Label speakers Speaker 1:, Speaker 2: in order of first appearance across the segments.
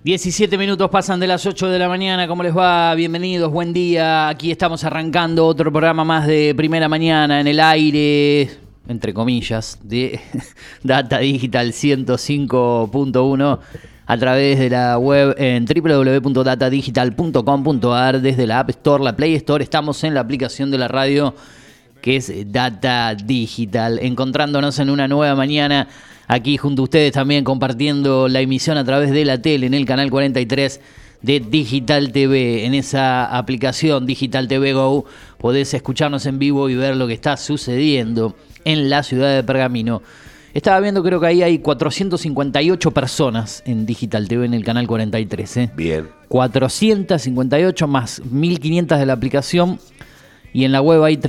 Speaker 1: 17 minutos pasan de las 8 de la mañana. ¿Cómo les va? Bienvenidos, buen día. Aquí estamos arrancando otro programa más de Primera Mañana en el aire, entre comillas, de Data Digital 105.1 a través de la web en www.datadigital.com.ar, desde la App Store, la Play Store. Estamos en la aplicación de la radio que es Data Digital, encontrándonos en una nueva mañana aquí junto a ustedes, también compartiendo la emisión a través de la tele en el canal 43 de Digital TV. En esa aplicación Digital TV Go podés escucharnos en vivo y ver lo que está sucediendo en la ciudad de Pergamino. Estaba viendo, creo que ahí hay 458 personas en Digital TV en el canal 43.
Speaker 2: Bien.
Speaker 1: 458 más 1.500 de la aplicación, y en la web hay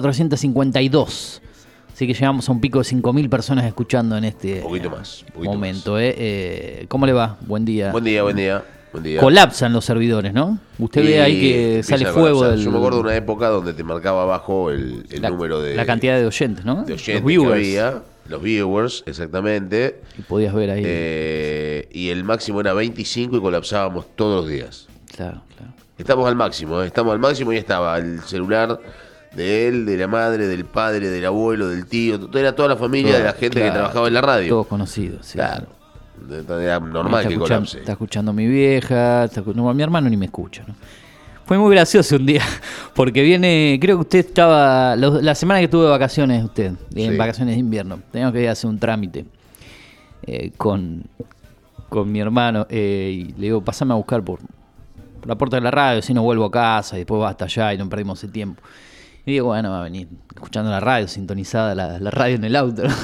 Speaker 1: 3.452. Así que llegamos a un pico de 5.000 personas escuchando en este momento.
Speaker 2: Más.
Speaker 1: ¿Cómo le va? Buen día.
Speaker 2: Buen día.
Speaker 1: Colapsan los servidores, ¿no? Usted ve ahí que sale fuego.
Speaker 2: Yo me acuerdo de una época donde te marcaba abajo el número de...
Speaker 1: La cantidad de oyentes, ¿no?
Speaker 2: De oyentes
Speaker 1: los viewers.
Speaker 2: que había, los viewers, exactamente.
Speaker 1: Y podías ver ahí.
Speaker 2: Y el máximo era 25 y colapsábamos todos los días.
Speaker 1: Claro.
Speaker 2: Estamos al máximo y estaba el celular de él, de la madre, del padre, del abuelo, del tío, era toda la familia de la gente que trabajaba en la radio.
Speaker 1: Todos conocidos, sí.
Speaker 2: Claro. Era normal que colapse.
Speaker 1: Está escuchando mi vieja, mi hermano ni me escucha, ¿no? Fue muy gracioso un día, porque viene, creo que usted estaba, la semana que tuve de vacaciones usted, en vacaciones de invierno, teníamos que ir a hacer un trámite con mi hermano, y le digo, pasame a buscar por la puerta de la radio, si no vuelvo a casa, y después va hasta allá y no perdimos ese tiempo. Y digo, bueno, va a venir escuchando la radio, sintonizada la radio en el auto, ¿no?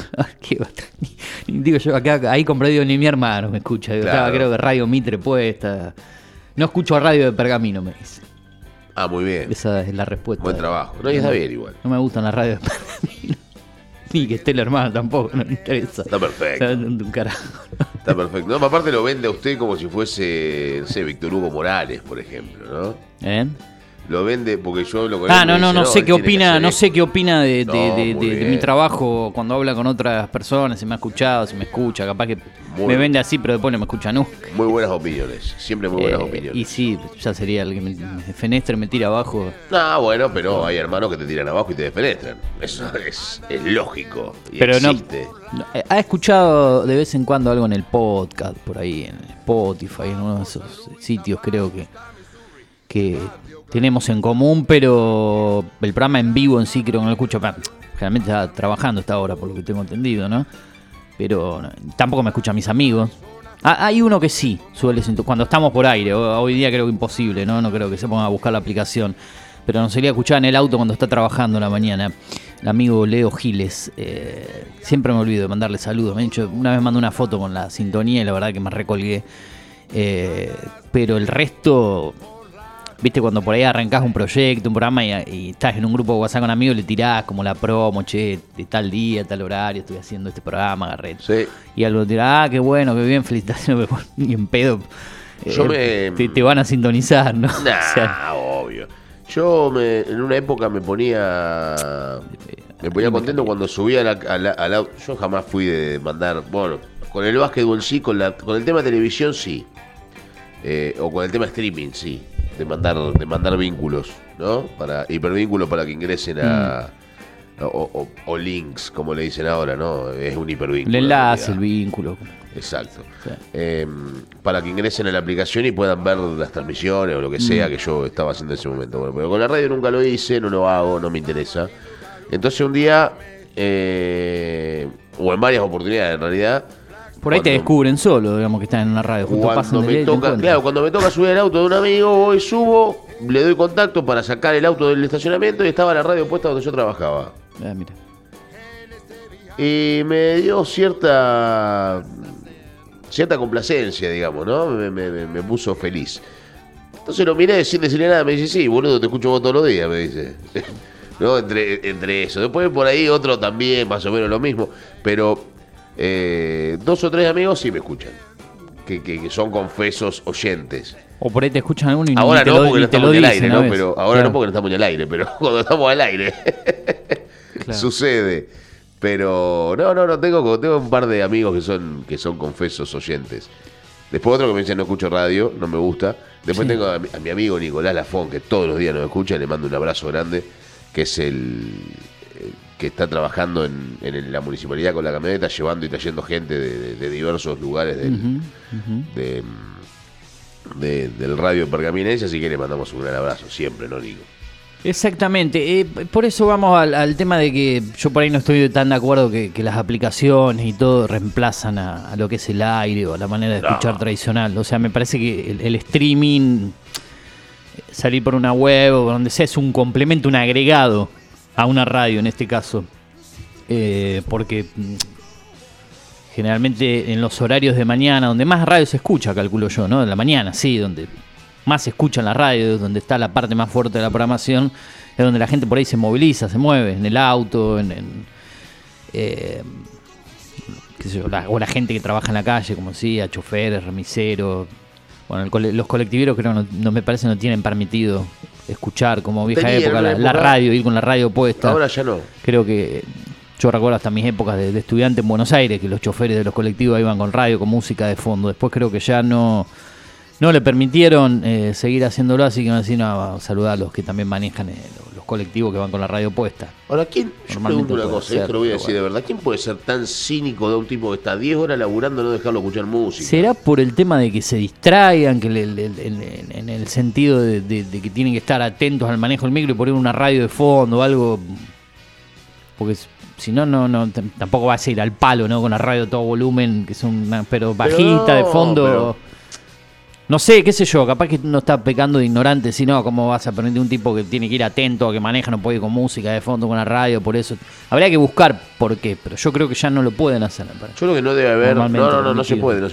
Speaker 1: Digo yo, ahí compré, digo, ni mi hermano me escucha. Digo,
Speaker 2: claro.
Speaker 1: Creo que radio Mitre puesta. No escucho radio de Pergamino, me dice.
Speaker 2: Ah, muy bien.
Speaker 1: Esa es la respuesta.
Speaker 2: Buen trabajo. No, y está bien igual.
Speaker 1: No me gustan las radios de Pergamino. Ni que esté el hermano tampoco, no me interesa.
Speaker 2: Está perfecto.
Speaker 1: Un carajo.
Speaker 2: Está perfecto. No, aparte lo vende a usted como si fuese, no sé, Víctor Hugo Morales, por ejemplo, ¿no? Lo vende porque yo lo conozco.
Speaker 1: No sé qué opina, de mi trabajo cuando habla con otras personas, si me ha escuchado, si me escucha, capaz que me vende así, pero después no me escucha nunca.
Speaker 2: Muy buenas opiniones, siempre muy buenas opiniones.
Speaker 1: Y sí, ya sería el que me defenestre, me tira abajo.
Speaker 2: No, bueno, pero hay hermanos que te tiran abajo y te defenestran. Eso es lógico y
Speaker 1: pero
Speaker 2: existe.
Speaker 1: No, ¿ha escuchado de vez en cuando algo en el podcast, por ahí, en Spotify, en uno de esos sitios creo que tenemos en común, pero el programa en vivo en sí creo que no lo escucho? Generalmente está trabajando esta hora, por lo que tengo entendido, ¿no? Pero tampoco me escuchan mis amigos. Hay uno que sí, cuando estamos por aire. Hoy día creo que imposible, ¿no? No creo que se ponga a buscar la aplicación. Pero nos solía escuchar en el auto cuando está trabajando en la mañana. El amigo Leo Giles. Siempre me olvido de mandarle saludos. Me ha dicho, una vez mandó una foto con la sintonía y la verdad que me recolgué. Pero el resto... Viste, cuando por ahí arrancás un proyecto, un programa y estás en un grupo de WhatsApp con amigos, le tirás como la promo, che, de tal día, tal horario, estoy haciendo este programa, agarré.
Speaker 2: Sí.
Speaker 1: Y algo dirá, qué bueno, qué bien, felicitaciones, ni en pedo. Te van a sintonizar, ¿no?
Speaker 2: Nah, obvio. Yo en una época me ponía contento cuando subía al auto. Yo jamás fui de mandar, bueno, con el básquetbol sí, con el tema televisión sí. O con el tema streaming sí. De mandar vínculos, ¿no? Hipervínculos para que ingresen o links, como le dicen ahora, ¿no? Es un hipervínculo.
Speaker 1: El enlace, el vínculo.
Speaker 2: Exacto. Sí. Para que ingresen a la aplicación y puedan ver las transmisiones o lo que sea que yo estaba haciendo en ese momento. Bueno, pero con la radio nunca lo hice, no lo hago, no me interesa. Entonces un día, o en varias oportunidades en realidad,
Speaker 1: por ahí te descubren solo, digamos, que están en una radio.
Speaker 2: Cuando me toca subir el auto de un amigo, voy, subo, le doy contacto para sacar el auto del estacionamiento y estaba la radio puesta donde yo trabajaba.
Speaker 1: Mira.
Speaker 2: Y me dio cierta complacencia, digamos, ¿no? Me puso feliz. Entonces lo miré sin decirle nada, me dice, sí, boludo, te escucho vos todos los días, me dice. ¿No? Entre eso. Después por ahí otro también, más o menos lo mismo, pero... 2 o 3 amigos sí me escuchan, que son confesos oyentes.
Speaker 1: O por ahí te escuchan alguno y
Speaker 2: ahora no, porque no estamos en el aire, ¿no? Pero ahora
Speaker 1: claro.
Speaker 2: No, porque no estamos en el aire, pero cuando estamos al aire claro. Sucede. Pero no, tengo un par de amigos que son confesos oyentes. Después otro que me dice no escucho radio, no me gusta. Después tengo a mi amigo Nicolás Lafón, que todos los días nos escucha, le mando un abrazo grande, que es el que está trabajando en la municipalidad con la camioneta, llevando y trayendo gente de diversos lugares del radio Pergaminense, así que le mandamos un gran abrazo siempre, ¿no, Nico?
Speaker 1: Exactamente, por eso vamos al tema de que yo por ahí no estoy tan de acuerdo que las aplicaciones y todo reemplazan a lo que es el aire o la manera de escuchar tradicional. O sea, me parece que el streaming, salir por una web o donde sea, es un complemento, un agregado a una radio en este caso, porque generalmente en los horarios de mañana, donde más radio se escucha, calculo yo, ¿no? En la mañana, sí, donde más se escucha en la radio, donde está la parte más fuerte de la programación, es donde la gente por ahí se moviliza, se mueve, en el auto, qué sé yo, o la gente que trabaja en la calle, como decía, choferes, remiseros. Bueno, los colectiveros creo no me parece no tienen permitido escuchar como vieja época la radio, ir con la radio puesta.
Speaker 2: Ahora ya no.
Speaker 1: Creo que yo recuerdo hasta mis épocas de estudiante en Buenos Aires, que los choferes de los colectivos iban con radio, con música de fondo. Después creo que ya no le permitieron seguir haciéndolo, así que me decían a saludar a los que también manejan los colectivos que van con la radio puesta.
Speaker 2: Ahora, yo pregunto una cosa, esto lo voy a decir de verdad, ¿quién puede ser tan cínico de un tipo que está 10 horas laburando y no dejarlo escuchar música?
Speaker 1: ¿Será por el tema de que se distraigan, que en el sentido de que tienen que estar atentos al manejo del micro y poner una radio de fondo o algo? Porque si no, tampoco vas a ir al palo, ¿no? Con la radio a todo volumen, que es pero bajita, de fondo. Pero no sé, qué sé yo, capaz que no está pecando de ignorante, sino cómo vas a permitir un tipo que tiene que ir atento, a que maneja, no puede ir con música de fondo, con la radio, por eso. Habría que buscar por qué, pero yo creo que ya no lo pueden hacer.
Speaker 2: Yo creo que no debe haber, no se puede.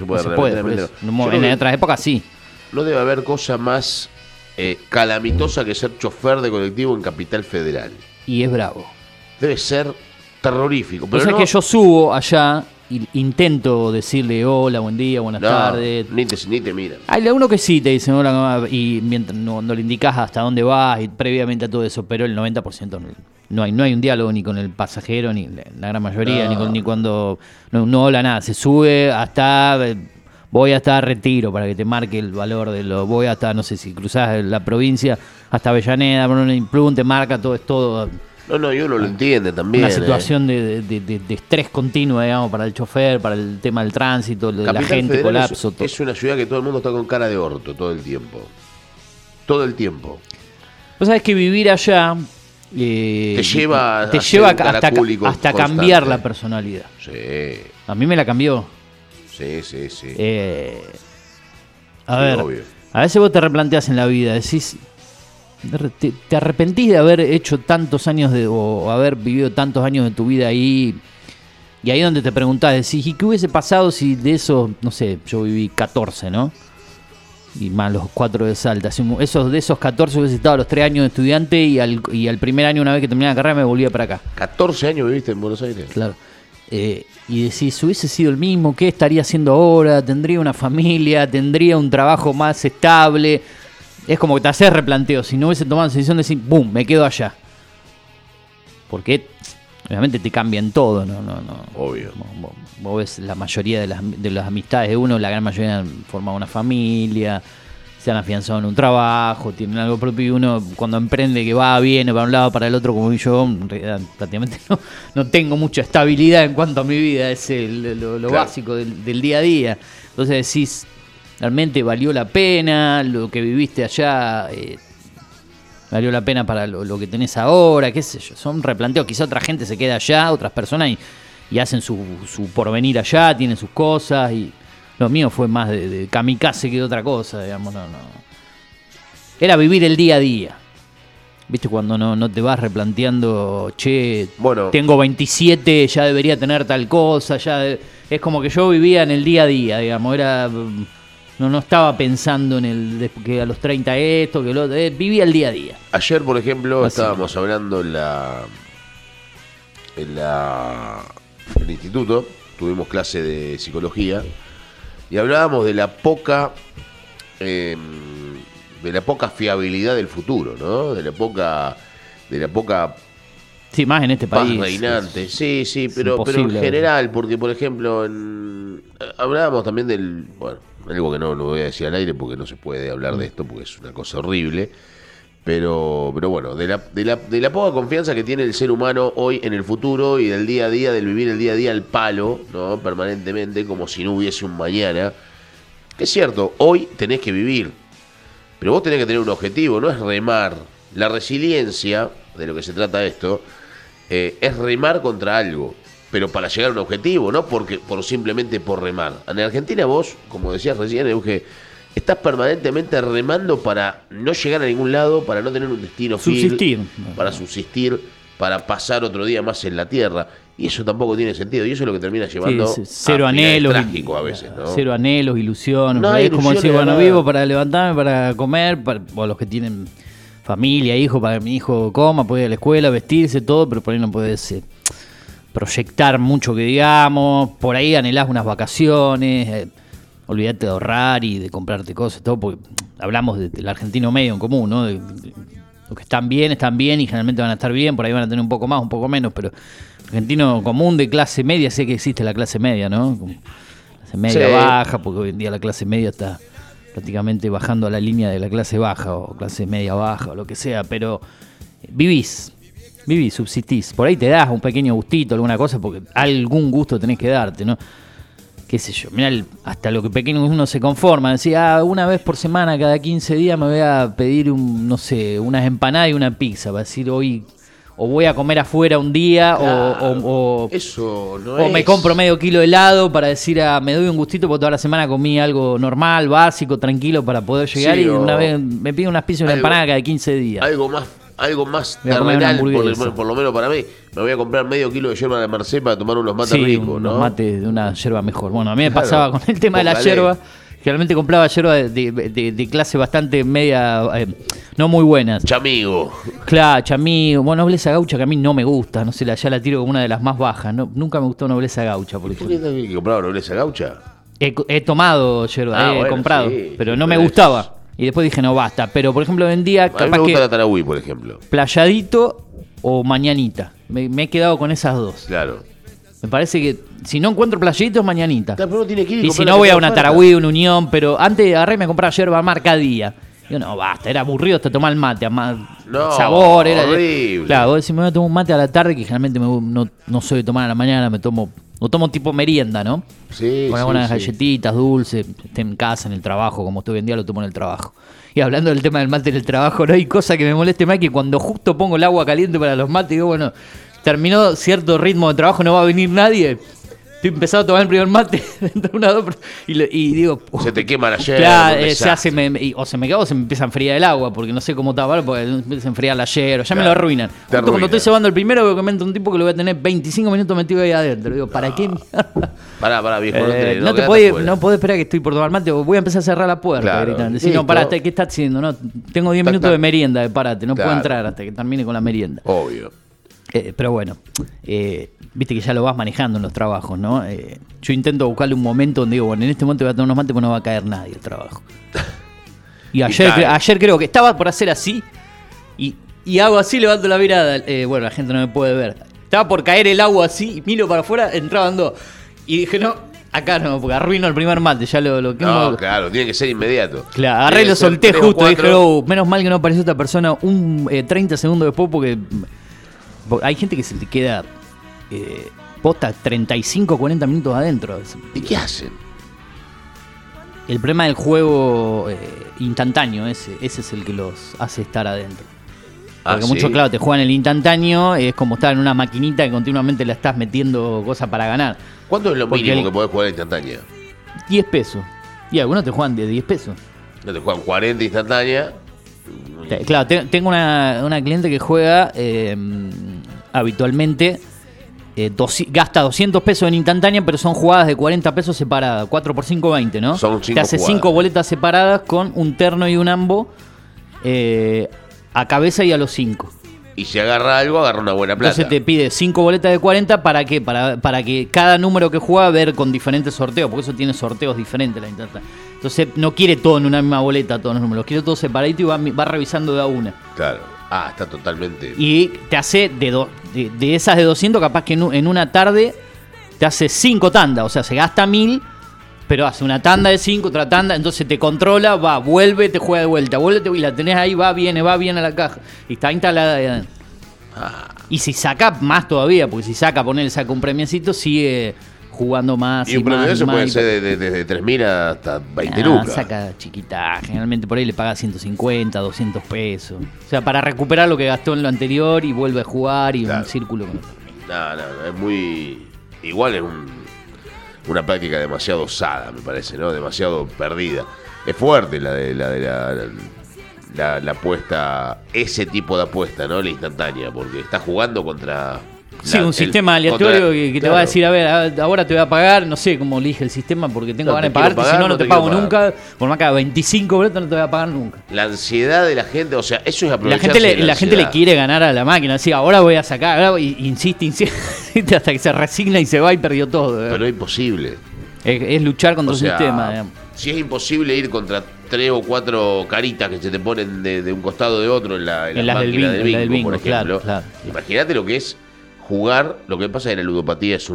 Speaker 1: En otras épocas sí.
Speaker 2: No debe haber cosa más calamitosa que ser chofer de colectivo en Capital Federal.
Speaker 1: Y es bravo.
Speaker 2: Debe ser terrorífico. Pero
Speaker 1: es que yo subo allá y intento decirle hola, buen día, buenas tardes.
Speaker 2: Ni te miran.
Speaker 1: Hay uno que sí te dicen hola, y mientras no le indicas hasta dónde vas y previamente a todo eso, pero el 90% no hay un diálogo ni con el pasajero, ni la gran mayoría, ni cuando no habla nada. Se sube hasta voy hasta Retiro para que te marque el valor de lo. Voy hasta, no sé si cruzás la provincia, hasta Avellaneda, Plum, te marca todo, es todo.
Speaker 2: No, y uno lo entiende también.
Speaker 1: Una situación de estrés continuo, digamos, para el chofer, para el tema del tránsito, de la gente,
Speaker 2: Federal
Speaker 1: colapso.
Speaker 2: Es una ciudad que todo el mundo está con cara de orto todo el tiempo. Todo el tiempo.
Speaker 1: Vos sabés que vivir allá
Speaker 2: te lleva
Speaker 1: hasta cambiar la personalidad.
Speaker 2: Sí.
Speaker 1: A mí me la cambió.
Speaker 2: Sí.
Speaker 1: A ver,
Speaker 2: obvio.
Speaker 1: A veces vos te replanteás en la vida, decís, ¿te arrepentís de haber hecho tantos años o haber vivido tantos años de tu vida ahí? Y ahí donde te preguntás, decís, ¿y qué hubiese pasado si de esos, no sé, yo viví 14, ¿no? Y más los 4 de Salta. De esos 14 hubiese estado los 3 años de estudiante y al primer año, una vez que terminé la carrera, me volvía para acá.
Speaker 2: ¿14 años viviste en Buenos Aires?
Speaker 1: Claro. Y decís, hubiese sido el mismo, ¿qué estaría haciendo ahora? ¿Tendría una familia? ¿Tendría un trabajo más estable? Es como que te haces replanteo. Si no hubiese tomado la decisión de decir, ¡boom!, me quedo allá. Porque obviamente te cambian todo, ¿no?
Speaker 2: Obvio.
Speaker 1: Vos ves la mayoría de las amistades de uno, la gran mayoría han formado una familia, se han afianzado en un trabajo, tienen algo propio, y uno cuando emprende que va bien para un lado, para el otro, como yo, en realidad prácticamente no tengo mucha estabilidad en cuanto a mi vida, es lo claro, básico del día a día. Entonces decís, realmente valió la pena lo que viviste allá, valió la pena para lo que tenés ahora, qué sé yo. Son replanteos. Quizá otra gente se queda allá, otras personas, y hacen su porvenir allá, tienen sus cosas. Y lo mío fue más de kamikaze que de otra cosa, digamos. No. Era vivir el día a día. ¿Viste? Cuando no te vas replanteando, bueno, tengo 27, ya debería tener tal cosa. Es como que yo vivía en el día a día, digamos. No estaba pensando en que a los 30 esto, que lo otro. Vivía el día a día.
Speaker 2: Ayer, por ejemplo, estábamos hablando en el instituto, tuvimos clase de psicología y hablábamos de la poca fiabilidad del futuro, ¿no? De la poca
Speaker 1: sí, más en este
Speaker 2: paz
Speaker 1: país
Speaker 2: reinante. Sí, pero en general, porque por ejemplo hablábamos también algo que no voy a decir al aire porque no se puede hablar de esto, porque es una cosa horrible. Pero bueno, de la poca confianza que tiene el ser humano hoy en el futuro y del día a día, del vivir el día a día al palo, ¿no? Permanentemente, como si no hubiese un mañana. Es cierto, hoy tenés que vivir, pero vos tenés que tener un objetivo, no es remar. La resiliencia, de lo que se trata esto, es remar contra algo, pero para llegar a un objetivo, no simplemente por remar. En Argentina vos, como decías recién, Euge, estás permanentemente remando para no llegar a ningún lado, para no tener un destino
Speaker 1: subsistir,
Speaker 2: para subsistir, para pasar otro día más en la tierra. Y eso tampoco tiene sentido. Y eso es lo que termina llevando
Speaker 1: cero anhelos,
Speaker 2: trágico a veces, ¿no?
Speaker 1: Cero anhelos, ilusiones.
Speaker 2: No,
Speaker 1: es como decir, bueno,
Speaker 2: nada.
Speaker 1: vivo para levantarme, para comer, o los que tienen familia, hijos, para que mi hijo coma, puede ir a la escuela, vestirse, todo, pero por ahí no puedes proyectar mucho que digamos. Por ahí anhelás unas vacaciones. Olvídate de ahorrar y de comprarte cosas, todo, porque hablamos del argentino medio en común, ¿no? De los que están bien y generalmente van a estar bien, por ahí van a tener un poco más, un poco menos, pero argentino común de clase media, sé que existe la clase media, ¿no? Como clase media
Speaker 2: Sí.
Speaker 1: baja, porque hoy en día la clase media está prácticamente bajando a la línea de la clase baja o clase media baja o lo que sea, pero vivís, subsistís, por ahí te das un pequeño gustito, alguna cosa, porque algún gusto tenés que darte, ¿no? Qué sé yo, mirá, hasta lo que pequeño uno se conforma, decía, una vez por semana, cada 15 días me voy a pedir unas empanadas y una pizza, para decir hoy, o voy a comer afuera un día,
Speaker 2: Claro, eso no
Speaker 1: o
Speaker 2: es.
Speaker 1: me compro medio kilo de helado para decir, me doy un gustito porque toda la semana comí algo normal, básico, tranquilo para poder llegar,
Speaker 2: Sí,
Speaker 1: y una vez me pido unas pizzas y una empanada cada 15 días.
Speaker 2: Algo más
Speaker 1: Voy a comer una
Speaker 2: terrenal,
Speaker 1: hamburguesa.
Speaker 2: por lo menos para mí. Me voy a comprar medio kilo de yerba de Merced para tomar unos mates ricos,
Speaker 1: unos
Speaker 2: ¿no?
Speaker 1: mates de una yerba mejor. Bueno, a mí me
Speaker 2: Claro,
Speaker 1: pasaba con el tema de la
Speaker 2: póngale.
Speaker 1: yerba. Generalmente compraba yerba de clase bastante media, no muy buenas.
Speaker 2: Chamigo.
Speaker 1: Claro, chamigo, bueno, nobleza gaucha que a mí no me gusta, no sé, ya la tiro como una de las más bajas. No, nunca me gustó nobleza gaucha, por
Speaker 2: ¿Por qué
Speaker 1: ejemplo.
Speaker 2: tenés que comprar nobleza gaucha?
Speaker 1: He tomado yerba, he
Speaker 2: Bueno,
Speaker 1: comprado,
Speaker 2: sí,
Speaker 1: pero
Speaker 2: sí,
Speaker 1: no me
Speaker 2: pero
Speaker 1: gustaba. Y después dije, no, basta. Pero, por ejemplo, vendía
Speaker 2: A mí me
Speaker 1: capaz
Speaker 2: gusta
Speaker 1: que
Speaker 2: la Tarahui, por ejemplo.
Speaker 1: playadito o mañanita. Me he quedado con esas dos.
Speaker 2: Claro.
Speaker 1: Me parece que si no encuentro playadito es mañanita.
Speaker 2: Claro, pero uno tiene que ir
Speaker 1: Y
Speaker 2: comprar
Speaker 1: si
Speaker 2: la
Speaker 1: no voy
Speaker 2: que
Speaker 1: a
Speaker 2: está
Speaker 1: una
Speaker 2: en oferta.
Speaker 1: Tarahui, una Unión, pero antes agarré y me compraba yerba marca Día. Yo no, basta, era aburrido hasta tomar el mate,
Speaker 2: No,
Speaker 1: sabor, era
Speaker 2: horrible.
Speaker 1: Claro, vos decís, me voy a tomar un mate a la tarde, que generalmente no soy de tomar a la mañana, lo tomo tipo merienda, ¿no?
Speaker 2: Sí,
Speaker 1: Con
Speaker 2: sí,
Speaker 1: algunas
Speaker 2: sí.
Speaker 1: galletitas, dulces, esté en casa, en el trabajo, como estoy hoy en día, lo tomo en el trabajo. Y hablando del tema del mate en el trabajo, no hay cosa que me moleste más que cuando justo pongo el agua caliente para los mates, digo, bueno, terminó cierto ritmo de trabajo, no va a venir nadie. Estoy empezando a tomar el primer mate dentro de una dos y digo,
Speaker 2: Se te quema la yerba.
Speaker 1: claro,
Speaker 2: un
Speaker 1: se
Speaker 2: desastre.
Speaker 1: hace, o se me queda o se me empieza a enfriar el agua, porque no sé cómo tapar, porque se empieza a enfriar la yerba, ya me lo
Speaker 2: Claro,
Speaker 1: arruinan.
Speaker 2: te
Speaker 1: Justo
Speaker 2: arruinan.
Speaker 1: cuando estoy cebando el primero, veo que me entra un tipo que lo voy a tener 25 minutos metido ahí adentro. Digo, ¿para qué mierda?
Speaker 2: Pará, viejo.
Speaker 1: No podés esperar que estoy por tomar mate, voy a empezar a cerrar la puerta.
Speaker 2: Claro,
Speaker 1: Gritando. Decir,
Speaker 2: listo.
Speaker 1: no, pará, ¿qué estás haciendo? No, tengo 10
Speaker 2: Tac,
Speaker 1: minutos
Speaker 2: tac.
Speaker 1: de merienda, parate, no puedo
Speaker 2: Claro.
Speaker 1: entrar hasta que termine con la merienda.
Speaker 2: Obvio.
Speaker 1: Pero bueno, viste que ya lo vas manejando en los trabajos, ¿no? Yo intento buscarle un momento donde digo, bueno, en este momento voy a tomar unos mates porque no va a caer nadie el trabajo. Y
Speaker 2: cae.
Speaker 1: ayer creo que estaba por hacer así y hago así, levanto la mirada. Bueno, la gente no me puede ver. Estaba por caer el agua así, y miro para afuera, entraban dos. Y dije, no, acá no, porque arruino el primer mate, ya lo que
Speaker 2: No, claro, tiene que ser inmediato.
Speaker 1: Claro, agarré
Speaker 2: Tiene
Speaker 1: y lo
Speaker 2: que ser
Speaker 1: solté
Speaker 2: 3 o
Speaker 1: justo.
Speaker 2: 4.
Speaker 1: Dije, oh, menos mal que no apareció esta persona 30 segundos después porque hay gente que se te queda posta 35, 40 minutos adentro.
Speaker 2: ¿Y qué hacen?
Speaker 1: El problema del juego instantáneo, ese es el que los hace estar adentro. Porque
Speaker 2: ¿sí?
Speaker 1: muchos, claro, te juegan el instantáneo, es como estar en una maquinita que continuamente la estás metiendo cosas para ganar.
Speaker 2: ¿Cuánto es lo
Speaker 1: Porque
Speaker 2: mínimo
Speaker 1: el-
Speaker 2: que podés jugar instantánea?
Speaker 1: 10 pesos. Y algunos te juegan de 10 pesos.
Speaker 2: No te juegan 40 instantánea.
Speaker 1: Claro, tengo una cliente que juega habitualmente, gasta 200 pesos en instantánea, pero son jugadas de 40 pesos separadas, 4 por 5, 20, ¿no?
Speaker 2: Son 5
Speaker 1: Te hace
Speaker 2: jugadas.
Speaker 1: 5 boletas separadas con un terno y un ambo a cabeza y a los 5.
Speaker 2: Y si agarra algo, agarra una buena plata.
Speaker 1: Entonces te pide 5 boletas de 40, ¿para qué? Para que cada número que juega ver con diferentes sorteos, porque eso tiene sorteos diferentes la instantánea. Entonces no quiere todo en una misma boleta, todos los números, quiere todo separadito y va revisando de a una.
Speaker 2: Claro. Ah, está totalmente.
Speaker 1: Y te hace de esas de 200, capaz que en una tarde te hace 5 tandas, o sea, se gasta 1000 pero hace una tanda de 5, otra tanda, entonces te controla, va, vuelve, te juega de vuelta, vuelve, y la tenés ahí, va, viene a la caja, y está instalada ahí adentro. Y si saca más todavía, porque si saca un premiecito, sigue jugando más.
Speaker 2: Y un premio de eso puede ser desde 3.000 hasta 20 lucas.
Speaker 1: Saca chiquita, generalmente por ahí le paga 150, 200 pesos. O sea, para recuperar lo que gastó en lo anterior y vuelve a jugar y un círculo.
Speaker 2: No, es muy... Igual es una práctica demasiado osada, me parece, ¿no? Demasiado perdida. Es fuerte la apuesta, ese tipo de apuesta, ¿no? La instantánea, porque está jugando contra...
Speaker 1: un sistema aleatorio que te va a decir, a ver, ahora te voy a pagar, no sé cómo elige el sistema, porque tengo ganas de pagarte, si no te pago nunca, por más que haga 25 boletos no te voy a pagar nunca.
Speaker 2: La ansiedad de la gente, o sea, eso es aprovecharse
Speaker 1: la gente le quiere ganar a la máquina, así, ahora voy a sacar, y insiste hasta que se resigna y se va y perdió todo.
Speaker 2: Pero es imposible.
Speaker 1: Es luchar contra el sistema, digamos.
Speaker 2: Si es imposible ir contra 3 o 4 caritas que se te ponen de un costado de otro en la máquina del bingo, por ejemplo. Claro. Imagínate lo que es jugar. Lo que pasa es que la ludopatía es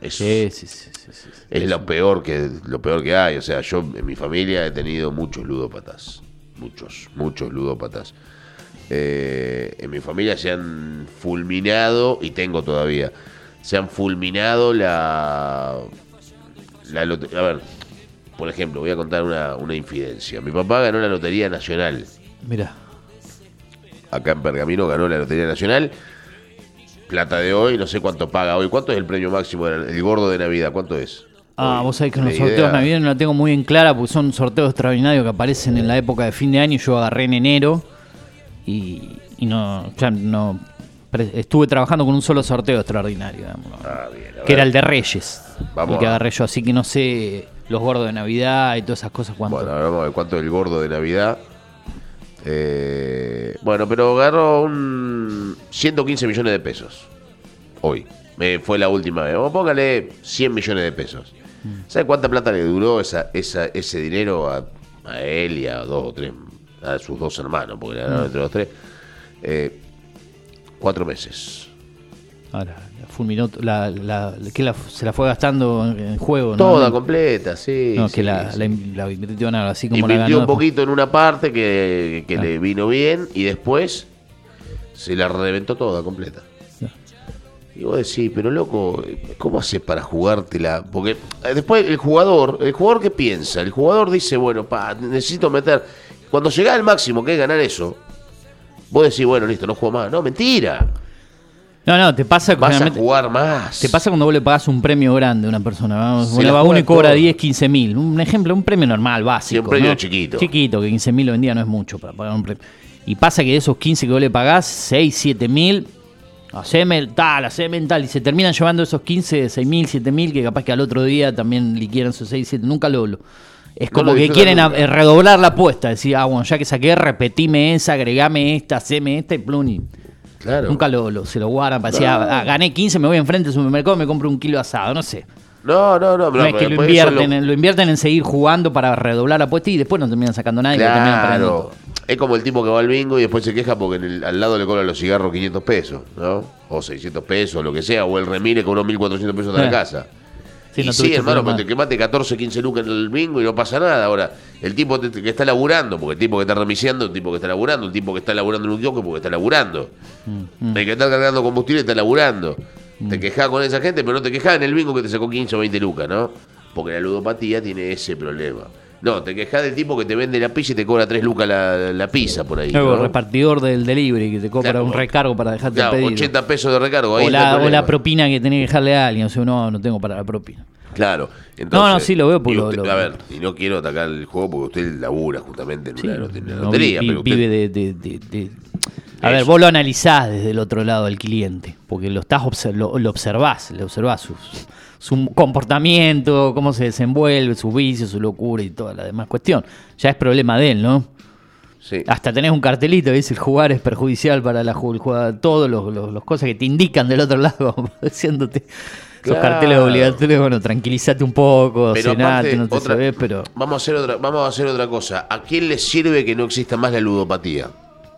Speaker 2: es lo peor que hay. O sea, yo en mi familia he tenido muchos ludópatas. Muchos ludópatas. En mi familia se han fulminado, y tengo todavía, se han fulminado la lotería. A ver, por ejemplo, voy a contar una infidencia. Mi papá ganó la Lotería Nacional.
Speaker 1: Mirá.
Speaker 2: Acá en Pergamino ganó la Lotería Nacional. Plata de hoy, no sé cuánto paga hoy. ¿Cuánto es el premio máximo? El gordo de Navidad, ¿cuánto es?
Speaker 1: Vos sabés que los sorteos navideños no la tengo muy en clara, porque son sorteos extraordinarios que aparecen en la época de fin de año. Yo agarré en enero y no estuve trabajando con un solo sorteo extraordinario, digamos, que era el de Reyes, el que agarré yo, así que no sé los gordos de Navidad y todas esas cosas. ¿Cuánto?
Speaker 2: Bueno, ahora vamos a ver cuánto es el gordo de Navidad. Bueno, pero agarró 115 millones de pesos hoy. Fue la última vez. Póngale 100 millones de pesos. ¿Sabe cuánta plata le duró ese dinero a él y a 2 o 3, a sus 2 hermanos? Porque le ganaron entre los 3. 4 meses.
Speaker 1: Ahora, fulminó, se la fue gastando en juego,
Speaker 2: toda
Speaker 1: ¿no?
Speaker 2: completa, sí.
Speaker 1: No,
Speaker 2: sí,
Speaker 1: que la invirtió en algo así como
Speaker 2: invirtió
Speaker 1: la ganó.
Speaker 2: Un poquito en una parte que le vino bien, y después se la reventó toda completa. Y vos decís, pero loco, ¿cómo haces para jugártela? Porque después el jugador ¿qué piensa? El jugador dice, bueno, necesito meter. Cuando llegás al máximo, que es ganar eso, vos decís, bueno, listo, no juego más. No, mentira.
Speaker 1: No, te pasa
Speaker 2: vas a jugar más.
Speaker 1: Te pasa cuando vos le pagás un premio grande a una persona. Va uno y cobra 10, 15 mil. Un ejemplo, un premio normal, básico.
Speaker 2: Sí, un premio, ¿no?
Speaker 1: Chiquito, que 15 mil hoy en día no es mucho para pagar un premio. Y pasa que de esos 15 que vos le pagás, 6, 7 mil, haceme tal, y se terminan llevando esos 15, 6 mil, 7 mil, que capaz que al otro día también liquidan esos 6, 7. Nunca lo. Es como que quieren redoblar la apuesta. Decir, bueno, ya que saqué, repetime esa, agregame esta, haceme esta y plum. Claro. Nunca se lo guardan para decir, gané 15, me voy enfrente al supermercado, me compro un kilo de asado, no sé.
Speaker 2: No.
Speaker 1: No es que lo invierten en seguir jugando para redoblar la apuesta y después no terminan sacando nada y terminan perdiendo todo.
Speaker 2: Es como el tipo que va al bingo y después se queja porque al lado le cobran los cigarros 500 pesos, ¿no? O 600 pesos, lo que sea, o el remire cobró 1.400 pesos de la casa. Sí, hermano, pero te quemaste 14, 15 lucas en el bingo y no pasa nada. Ahora, el tipo que está laburando, porque el tipo que está remisiando, el tipo que está laburando, el tipo que está laburando en un kiosco porque está laburando. El que está cargando combustible está laburando. Te quejás con esa gente, pero no te quejás en el bingo que te sacó 15 o 20 lucas, ¿no? Porque la ludopatía tiene ese problema. No, te quejás del tipo que te vende la pizza y te cobra 3 lucas la pizza por ahí.
Speaker 1: Claro, ¿no? El repartidor del delivery que te cobra un recargo para dejarte el pedido.
Speaker 2: 80 pesos de recargo. Ahí
Speaker 1: o la propina que tenés que dejarle a alguien. O sea, no tengo para la propina.
Speaker 2: Claro. Entonces,
Speaker 1: sí lo veo. Porque
Speaker 2: a ver, y no quiero atacar el juego porque usted labura justamente en una lotería. Pero
Speaker 1: vive de A ver, vos lo analizás desde el otro lado del cliente, porque lo observás, le observás su comportamiento, cómo se desenvuelve, sus vicios, su locura y toda la demás cuestión. Ya es problema de él, ¿no?
Speaker 2: Sí.
Speaker 1: Hasta tenés un cartelito que dice el jugar es perjudicial para la jugada, todos los cosas que te indican del otro lado, diciéndote esos carteles obligatorios, bueno, tranquilízate un poco, cenate, no te sabés, pero...
Speaker 2: Vamos a hacer otra cosa. ¿A quién le sirve que no exista más la ludopatía?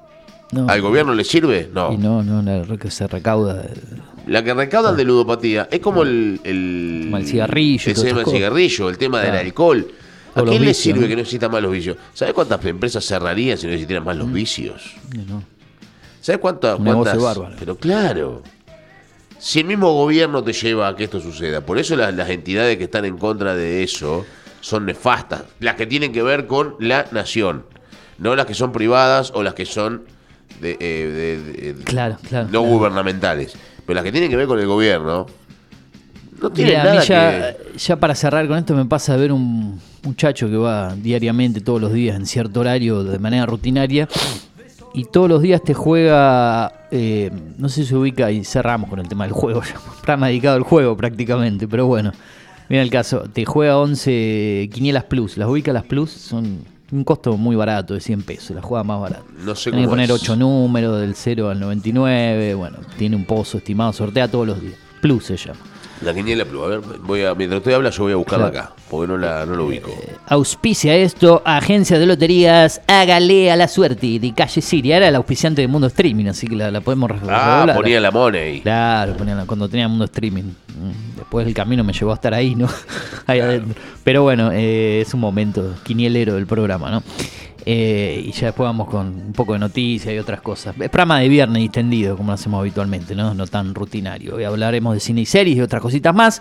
Speaker 1: No.
Speaker 2: ¿Al gobierno le sirve? No.
Speaker 1: Y no, la que se recauda.
Speaker 2: La que recaudan de ludopatía es como el
Speaker 1: cigarrillo.
Speaker 2: El tema del cigarrillo, el tema del alcohol. ¿A quién le sirve,
Speaker 1: ¿no?
Speaker 2: que no exista más los vicios? ¿Sabes cuántas empresas cerrarían si no existieran más los vicios?
Speaker 1: No.
Speaker 2: ¿Sabes cuántas?
Speaker 1: Bárbaro.
Speaker 2: Pero claro, si el mismo gobierno te lleva a que esto suceda, por eso las entidades que están en contra de eso son nefastas, las que tienen que ver con la nación, no las que son privadas o las que son
Speaker 1: claro,
Speaker 2: no gubernamentales, pero las que tienen que ver con el gobierno no tienen
Speaker 1: Mira,
Speaker 2: nada
Speaker 1: a mí ya para cerrar con esto me pasa a ver un muchacho que va diariamente, todos los días, en cierto horario, de manera rutinaria, y todos los días te juega, no sé si se ubica, y cerramos con el tema del juego, ya, programa dedicado al juego prácticamente, pero bueno, mira el caso, te juega 11 Quinielas Plus, las ubica las Plus, son un costo muy barato, de 100 pesos, las juega más barato.
Speaker 2: No sé
Speaker 1: Tiene que
Speaker 2: cómo
Speaker 1: poner
Speaker 2: es.
Speaker 1: 8 números, del 0 al 99, bueno, tiene un pozo estimado, sortea todos los días, Plus se llama.
Speaker 2: La Quiniela Plus, a ver, mientras usted habla yo voy a buscarla
Speaker 1: Claro.
Speaker 2: acá, porque no lo ubico.
Speaker 1: Auspicia esto, Agencia de Loterías, hágale a la suerte, de Calle Siria. Era el auspiciante de Mundo Streaming, así que la podemos redoblar.
Speaker 2: Ponía la money.
Speaker 1: Claro, cuando tenía Mundo Streaming. Después el camino me llevó a estar ahí, ¿no? Ahí adentro. Pero bueno, es un momento quinielero del programa, ¿no? Y ya después vamos con un poco de noticias y otras cosas. Es programa de viernes distendido, como lo hacemos habitualmente, ¿no? No tan rutinario. Hoy hablaremos de cine y series y otras cositas más.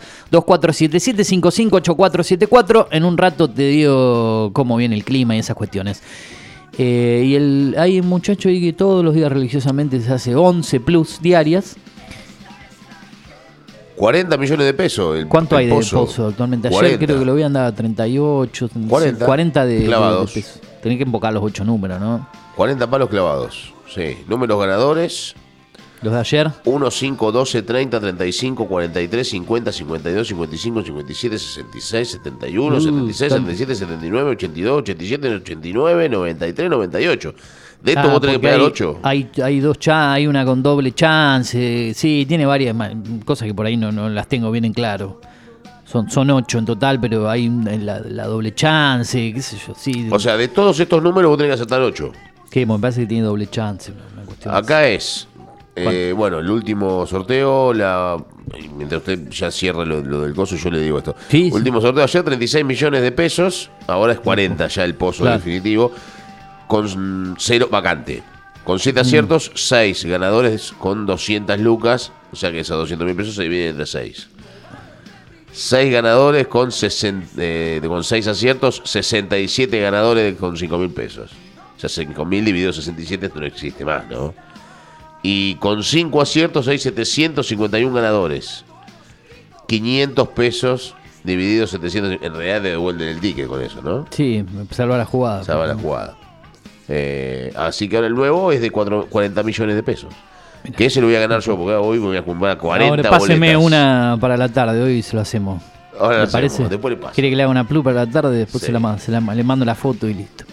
Speaker 1: 2477-558474. En un rato te digo cómo viene el clima y esas cuestiones. Hay un muchacho ahí que todos los días religiosamente se hace 11 plus diarias.
Speaker 2: 40 millones de pesos.
Speaker 1: ¿Cuánto hay de
Speaker 2: pozo
Speaker 1: pozo actualmente? Ayer
Speaker 2: 40.
Speaker 1: creo que lo vi andaba 38,
Speaker 2: 40.
Speaker 1: 40 de
Speaker 2: Clavados.
Speaker 1: pesos. Tenés que invocar los 8 números, ¿no?
Speaker 2: 40 palos clavados. Sí. Números ganadores:
Speaker 1: Los de ayer.
Speaker 2: 1, 5, 12, 30, 35, 43, 50, 52, 55, 57, 66, 71, 76,
Speaker 1: tanto.
Speaker 2: 77, 79, 82, 87, 89, 93, 98. De esto vos tenés que
Speaker 1: porque
Speaker 2: pegar 8.
Speaker 1: Hay dos hay una con doble chance. Sí, tiene varias cosas que por ahí no las tengo bien en claro. Son 8 en total, pero hay la doble chance, qué sé yo. Sí,
Speaker 2: O sea, de todos estos números vos tenés que acertar 8.
Speaker 1: que me parece que tiene doble chance. Una cuestión
Speaker 2: Acá es, bueno, el último sorteo, mientras usted ya cierra lo del coso, yo le digo esto.
Speaker 1: Sí, sí.
Speaker 2: Último sorteo ayer, 36 millones de pesos, ahora es 40 ya el pozo
Speaker 1: Claro.
Speaker 2: definitivo, con 0 vacante. Con 7 aciertos, 6 ganadores con 200 lucas, o sea que esos 200 mil pesos se dividen entre 6. 6 ganadores con 6 aciertos, 67 ganadores con 5 mil pesos. O sea, 5 mil dividido 67, esto no existe más, ¿no? Y con 5 aciertos hay 751 ganadores. 500 pesos dividido 700. En realidad te devuelven el ticket con eso, ¿no?
Speaker 1: Sí, me salva la jugada.
Speaker 2: Salva la jugada. Así que ahora el nuevo es de 40 millones de pesos. Que ese lo voy a ganar yo, porque hoy voy a comprar 40
Speaker 1: Ahora páseme
Speaker 2: boletas.
Speaker 1: una para la tarde, hoy se lo hacemos.
Speaker 2: Ahora
Speaker 1: ¿Le
Speaker 2: lo hacemos,
Speaker 1: parece?
Speaker 2: después le paso.
Speaker 1: ¿Quiere que le haga una plus para la tarde? Después
Speaker 2: Sí.
Speaker 1: le mando la foto y listo.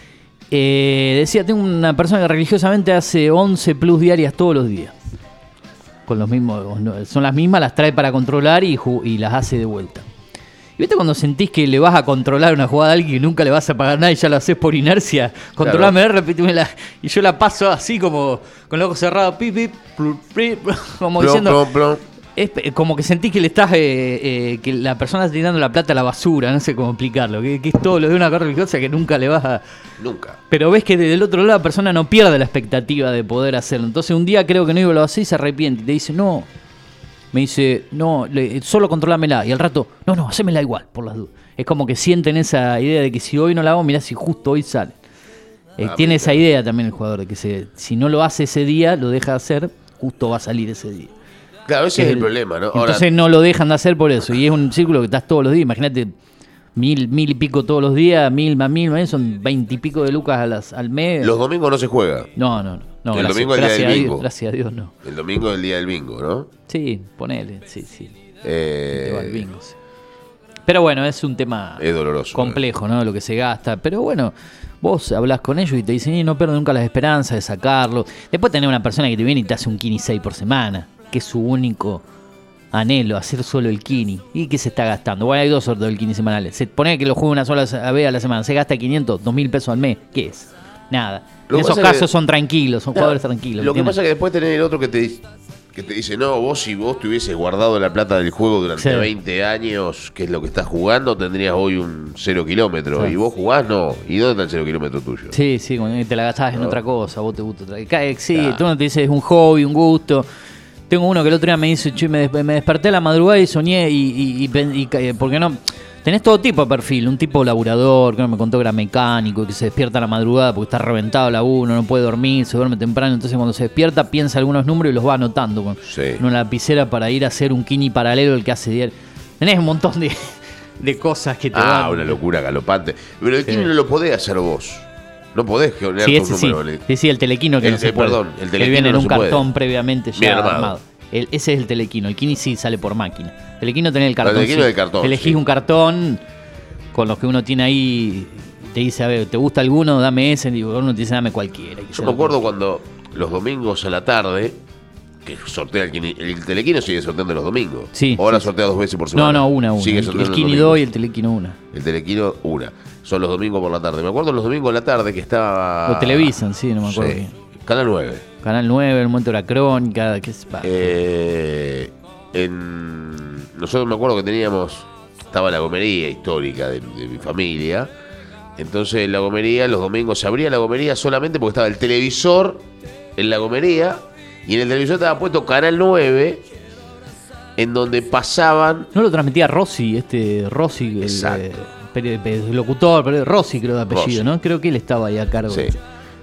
Speaker 1: Decía, tengo una persona que religiosamente hace 11 plus diarias todos los días. Con los mismos, son las mismas, las trae para controlar y las hace de vuelta. ¿Y viste cuando sentís que le vas a controlar una jugada a alguien y nunca le vas a pagar nada y ya lo haces por inercia? Controlame, repítemela. Y yo la paso así como con los ojos cerrados, pip, pip, como
Speaker 2: Plom,
Speaker 1: diciendo...
Speaker 2: plom, plom.
Speaker 1: Es como que sentís que le estás que la persona está tirando la plata a la basura, no sé cómo explicarlo, que es todo lo de una carga religiosa que nunca le vas a...
Speaker 2: Nunca.
Speaker 1: Pero ves que del otro lado la persona no pierde la expectativa de poder hacerlo. Entonces un día creo que no iba a lo así y se arrepiente y te dice, no, me dice, no, solo controlámela. Y al rato, no, hacémela igual, por las dudas. Es como que sienten esa idea de que si hoy no la hago, mirá si justo hoy sale. Tiene esa idea también el jugador, de que si no lo hace ese día, lo deja de hacer, justo va a salir ese día.
Speaker 2: Claro, ese es el problema, ¿no? Ahora,
Speaker 1: Entonces no lo dejan de hacer por eso. Y es un círculo que estás todos los días. Imagínate, 1000 y pico todos los días, 1000 más 1000, son 20 y pico de lucas al mes.
Speaker 2: los domingos no se juega.
Speaker 1: No.
Speaker 2: El domingo es el día del bingo.
Speaker 1: Gracias a Dios, no.
Speaker 2: El domingo es el día del bingo, ¿no?
Speaker 1: Sí, ponele, sí. Te va el bingo, sí. Pero bueno, es un tema
Speaker 2: Es doloroso.
Speaker 1: complejo, ¿no? Lo que se gasta. Pero bueno, vos hablás con ellos y te dicen, no pierdo nunca las esperanzas de sacarlo. Después tenés una persona que te viene y te hace un Kini 6 por semana, que es su único anhelo, hacer solo el Kini. ¿Y qué se está gastando? Bueno, hay 2 sorteos del Kini semanales. Se pone que lo juegue una sola vez a la semana. Se gasta 500, 2000 pesos al mes. ¿Qué es? nada.
Speaker 2: Lo
Speaker 1: En
Speaker 2: que
Speaker 1: esos
Speaker 2: pasa es
Speaker 1: casos
Speaker 2: que-
Speaker 1: son tranquilos, son
Speaker 2: No,
Speaker 1: jugadores tranquilos.
Speaker 2: Lo que
Speaker 1: ¿entiendes?
Speaker 2: pasa es que después tenés el otro que te dice, no, vos si vos te hubieses guardado la plata del juego durante
Speaker 1: Sí.
Speaker 2: 20 años, que es lo que estás jugando, tendrías hoy un 0 kilómetro.
Speaker 1: Sí.
Speaker 2: Y vos jugás, no. ¿Y dónde está el 0 kilómetro tuyo?
Speaker 1: Sí, sí, cuando te la gastabas en
Speaker 2: No.
Speaker 1: otra cosa, vos te gusta otra. Sí,
Speaker 2: Claro.
Speaker 1: tú no te dices es un hobby, un gusto. Tengo uno que el otro día me dice, che, me desperté a la madrugada y soñé ¿por qué no? Tenés todo tipo de perfil, un tipo laburador, que me contó que era mecánico, que se despierta a la madrugada porque está reventado la uno, no puede dormir, se duerme temprano, entonces cuando se despierta piensa algunos números y los va anotando con
Speaker 2: Sí.
Speaker 1: una lapicera para ir a hacer un kini paralelo el que hace diario. Tenés un montón de cosas que te van.
Speaker 2: Una locura galopante. Pero el
Speaker 1: Sí.
Speaker 2: Kini no lo podés hacer vos. No podés generar
Speaker 1: Sí,
Speaker 2: tus
Speaker 1: ese sí.
Speaker 2: números.
Speaker 1: Sí, el telequino que
Speaker 2: El-
Speaker 1: no se puede.
Speaker 2: perdón, el
Speaker 1: que
Speaker 2: telequino
Speaker 1: viene en
Speaker 2: no
Speaker 1: un
Speaker 2: se puede.
Speaker 1: cartón previamente ya
Speaker 2: Bien armado.
Speaker 1: armado. Ese es el telequino. El Kini sí sale por máquina. El telequino tenés el cartón.
Speaker 2: telequino del cartón,
Speaker 1: Elegís
Speaker 2: sí.
Speaker 1: un cartón con los que uno tiene ahí. Te dice, a ver, ¿te gusta alguno? Dame ese. Y uno te dice, dame cualquiera.
Speaker 2: Yo me acuerdo cuando los domingos a la tarde, que sortea el telequino sigue sorteando los domingos.
Speaker 1: Sí,
Speaker 2: Ahora
Speaker 1: sí,
Speaker 2: sortea 2 veces por semana.
Speaker 1: No, una.
Speaker 2: Sigue
Speaker 1: El
Speaker 2: sorteando
Speaker 1: Kini
Speaker 2: los
Speaker 1: 2 y
Speaker 2: domingos.
Speaker 1: el telequino 1.
Speaker 2: El telequino, una. Son los domingos por la tarde. Me acuerdo los domingos a la tarde que estaba...
Speaker 1: Lo televisan, sí, no me acuerdo
Speaker 2: Sí.
Speaker 1: bien.
Speaker 2: Canal 9.
Speaker 1: Canal 9, el momento de la crónica. ¿Qué es?
Speaker 2: Nosotros me acuerdo que teníamos... Estaba la gomería histórica de mi familia. Entonces la gomería, los domingos se abría la gomería solamente porque estaba el televisor en la gomería. Y en el televisor estaba puesto Canal 9, en donde pasaban...
Speaker 1: No lo transmitía Rossi, Rossi, el
Speaker 2: Exacto.
Speaker 1: locutor, pero Rossi creo de apellido,
Speaker 2: Rossi.
Speaker 1: ¿no? Creo que él estaba ahí a cargo.
Speaker 2: Sí.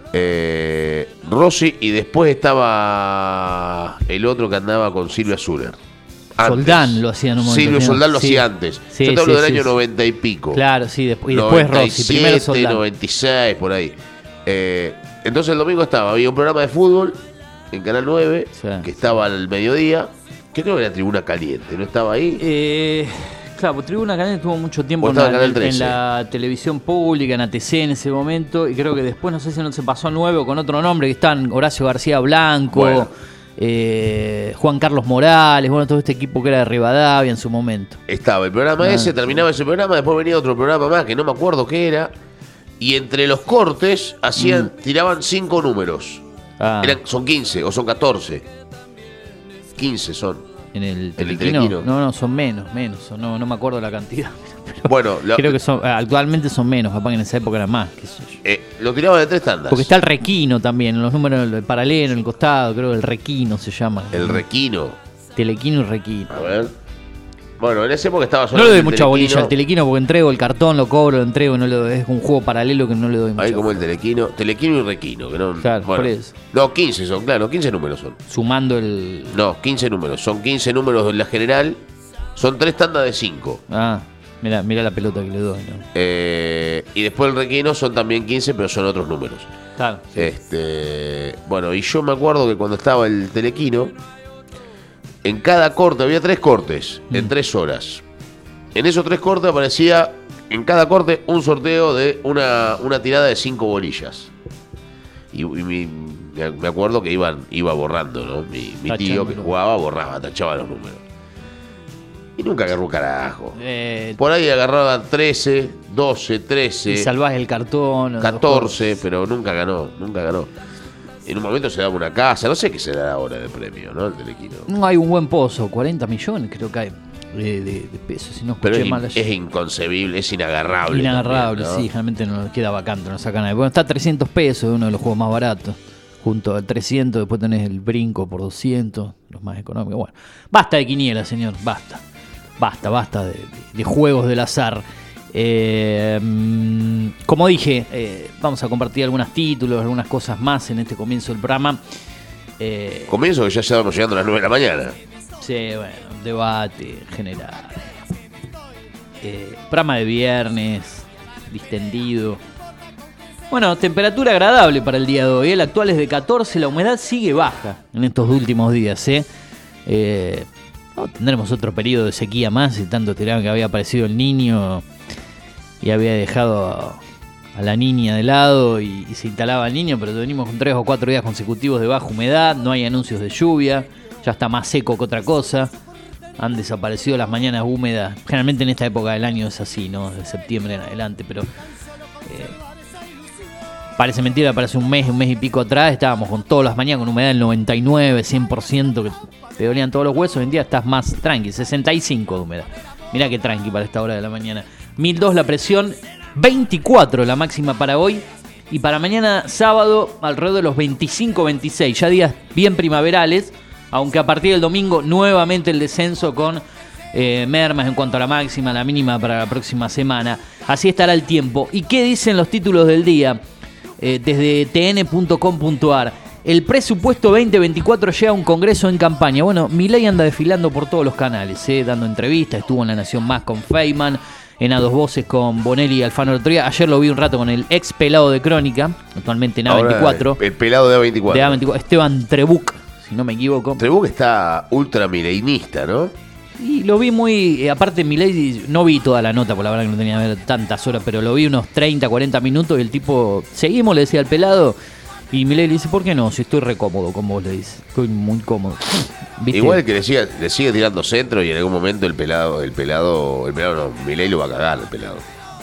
Speaker 2: Rossi, y después estaba el otro que andaba con Silvia Zuller. Antes.
Speaker 1: Soldán lo hacía en un momento.
Speaker 2: Silvio
Speaker 1: ¿no?
Speaker 2: Soldán lo
Speaker 1: Sí.
Speaker 2: hacía antes.
Speaker 1: Sí,
Speaker 2: Yo te hablo
Speaker 1: sí,
Speaker 2: del
Speaker 1: sí,
Speaker 2: año
Speaker 1: sí.
Speaker 2: 90 y pico.
Speaker 1: Claro, sí, y después Rossi, primero Soldán.
Speaker 2: 96, por ahí. Entonces el domingo había un programa de fútbol en Canal 9,
Speaker 1: Sí.
Speaker 2: que estaba al mediodía, que creo que era Tribuna Caliente, ¿no estaba ahí?
Speaker 1: Claro, porque Tribuna Canal estuvo mucho tiempo
Speaker 2: Vos
Speaker 1: en
Speaker 2: estabas en Canal
Speaker 1: en
Speaker 2: 13.
Speaker 1: la televisión pública, en ATC en ese momento, y creo que después, no sé si no se pasó a 9 o con otro nombre, que están Horacio García Blanco,
Speaker 2: Bueno.
Speaker 1: Juan Carlos Morales, bueno, todo este equipo que era de Rivadavia en su momento.
Speaker 2: Estaba el programa ese, terminaba ese programa, después venía otro programa más que no me acuerdo qué era, y entre los cortes tiraban 5 números.
Speaker 1: Ah,
Speaker 2: Son 15 o son 14. 15 son.
Speaker 1: en el
Speaker 2: el
Speaker 1: telequino.
Speaker 2: telequino.
Speaker 1: No, son menos, no me acuerdo la cantidad. Pero
Speaker 2: Bueno,
Speaker 1: creo que actualmente son menos, capaz que en esa época eran más, qué sé yo.
Speaker 2: lo tiraban de 3 tandas.
Speaker 1: Porque está el Requino también, los números del paralelo, en el costado, creo que el Requino se llama.
Speaker 2: El Requino.
Speaker 1: Telequino y Requino.
Speaker 2: A ver. Bueno, en esa época estaba
Speaker 1: No
Speaker 2: solo
Speaker 1: le doy
Speaker 2: el
Speaker 1: mucha
Speaker 2: Telequino.
Speaker 1: bolilla al Telequino porque entrego el cartón, lo cobro, lo entrego, es un juego paralelo que no le doy mucha
Speaker 2: Ahí como
Speaker 1: bolilla.
Speaker 2: el Telequino y Requino. Que no,
Speaker 1: Claro,
Speaker 2: bueno.
Speaker 1: por eso.
Speaker 2: No, 15 son, claro, 15 números son.
Speaker 1: Sumando el...
Speaker 2: No, 15 números. Son 15 números en la general. Son 3 tandas de 5.
Speaker 1: Ah, mira la pelota que le doy, ¿no?
Speaker 2: Y después el Requino son también 15, pero son otros números.
Speaker 1: Claro.
Speaker 2: Bueno, y yo me acuerdo que cuando estaba el Telequino, en cada corte, había 3 cortes, en 3 horas. En esos 3 cortes aparecía, en cada corte, un sorteo de una tirada de 5 bolillas. Y me acuerdo que iba borrando, ¿no? Mi tío que
Speaker 1: Tachándolo.
Speaker 2: jugaba, borraba, tachaba los números. Y nunca agarró un carajo.
Speaker 1: Eh,
Speaker 2: Por ahí agarraba 13, 12, 13.
Speaker 1: y salvás el cartón. o
Speaker 2: 14,
Speaker 1: los
Speaker 2: pero nunca ganó. En un momento se daba una casa, no sé qué se da ahora de premio, ¿no? El Telequino.
Speaker 1: juegos. No hay un buen pozo, 40 millones creo que hay de pesos, si no
Speaker 2: Pero
Speaker 1: escuché mal ayer.
Speaker 2: es inconcebible, es inagarrable.
Speaker 1: Inagarrable,
Speaker 2: también, ¿no?
Speaker 1: sí, generalmente no queda vacante, no sacan nada. Bueno, está a 300 pesos, uno de los juegos más baratos. Junto al 300, después tenés el brinco por 200, los más económicos. Bueno, basta de quiniela, señor, basta. Basta de juegos del azar. Como dije, vamos a compartir algunos títulos, algunas cosas más en este comienzo del programa.
Speaker 2: Comienzo que ya estábamos llegando a las 9 de la mañana.
Speaker 1: Sí, bueno, debate general. Programa de viernes, distendido. Bueno, temperatura agradable para el día de hoy. El actual es de 14, la humedad sigue baja en estos últimos días. Tendremos otro periodo de sequía más, y tanto tiraban que había aparecido el niño y había dejado a la niña de lado y se instalaba el niño, pero venimos con 3 o 4 días consecutivos de baja humedad, no hay anuncios de lluvia, ya está más seco que otra cosa. Han desaparecido las mañanas húmedas. Generalmente en esta época del año es así, ¿no? De septiembre en adelante, pero Parece mentira, parece un mes y pico atrás, estábamos con todas las mañanas con humedad del 99, 100%, que te dolían todos los huesos. Hoy en día estás más tranqui, 65 de humedad. Mirá qué tranqui para esta hora de la mañana. 1002 la presión, 24 la máxima para hoy. Y para mañana sábado alrededor de los 25, 26, ya días bien primaverales, aunque a partir del domingo nuevamente el descenso con mermas en cuanto a la máxima, la mínima para la próxima semana. Así estará el tiempo. ¿Y qué dicen los títulos del día? Desde tn.com.ar. El presupuesto 2024 llega a un congreso en campaña. Bueno, Milei anda desfilando por todos los canales, dando entrevistas, estuvo en La Nación Más con Feynman, en A Dos Voces con Bonelli y Alfano Ortega. Ayer lo vi un rato con el ex pelado de Crónica, actualmente en A24.
Speaker 2: El pelado de A24.
Speaker 1: De A24, Esteban Trebuch, si no me equivoco.
Speaker 2: Trebuch está ultra mileinista, ¿no?
Speaker 1: Y lo vi muy... aparte Milei, no vi toda la nota, por la verdad que no tenía que ver tantas horas, pero lo vi unos 30, 40 minutos y el tipo... Seguimos, le decía al pelado, y Milei le dice, ¿por qué no? Si estoy re cómodo con vos, le dice. Estoy muy cómodo. ¿Viste?
Speaker 2: Igual que le sigue tirando centro y en algún momento el pelado no, Milei lo va a cagar, el pelado.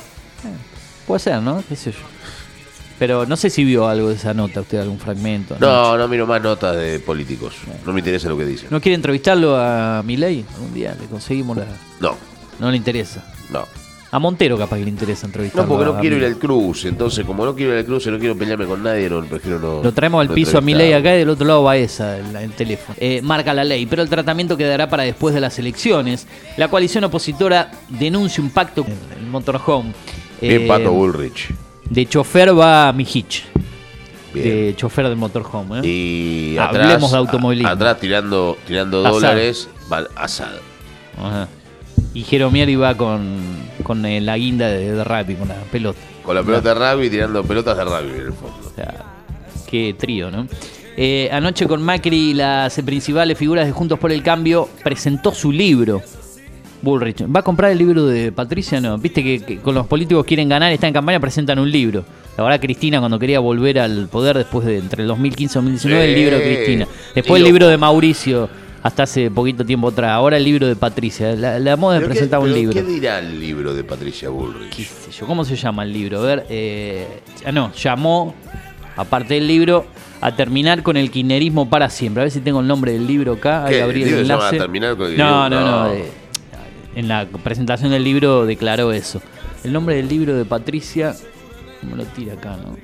Speaker 1: Puede ser, ¿no? ¿Qué sé yo? Pero no sé si vio algo de esa nota, usted, algún fragmento.
Speaker 2: No miro más notas de políticos. No me interesa lo que dicen.
Speaker 1: ¿No quiere entrevistarlo a Milei? Algún día le conseguimos la...
Speaker 2: No.
Speaker 1: No le interesa.
Speaker 2: No.
Speaker 1: A Montero capaz que le interesa entrevistarlo.
Speaker 2: No, porque no quiero ir
Speaker 1: Milei.
Speaker 2: al cruce. Entonces, como no quiero ir al cruce, no quiero pelearme con nadie, prefiero no...
Speaker 1: Lo traemos al piso a Milei acá y del otro lado va esa, el teléfono. Marca la ley, pero el tratamiento quedará para después de las elecciones. La coalición opositora denuncia un pacto en el motorhome.
Speaker 2: Bien, Pato Bullrich.
Speaker 1: De chofer va a Mijich.
Speaker 2: Bien.
Speaker 1: De chofer del motorhome.
Speaker 2: Y
Speaker 1: hablemos de automovilismo.
Speaker 2: Atrás tirando dólares, va Assad.
Speaker 1: Ajá. Y Jeromieri va con la guinda de rugby, con la pelota.
Speaker 2: Con la pelota de rugby, tirando pelotas de rugby en el fondo.
Speaker 1: O sea, qué trío, ¿no? Anoche con Macri, las principales figuras de Juntos por el Cambio, presentó su libro. Bullrich. ¿Va a comprar el libro de Patricia? No. Viste que con los políticos quieren ganar, está en campaña, presentan un libro. La verdad, Cristina, cuando quería volver al poder después de entre el 2015 y 2019, el libro de Cristina. Después el libro de Mauricio, hasta hace poquito tiempo atrás. Ahora el libro de Patricia. La moda de presentar un libro.
Speaker 2: ¿Qué dirá el libro de Patricia Bullrich?
Speaker 1: ¿Qué sé yo? ¿Cómo se llama el libro? A ver, llamó, aparte del libro, a terminar con el kirchnerismo para siempre. A ver si tengo el nombre del libro acá. Ahí abrí el enlace.
Speaker 2: ¿Se llama terminar con el
Speaker 1: No. En la presentación del libro declaró eso. El nombre del libro de Patricia, me lo tira acá, ¿no?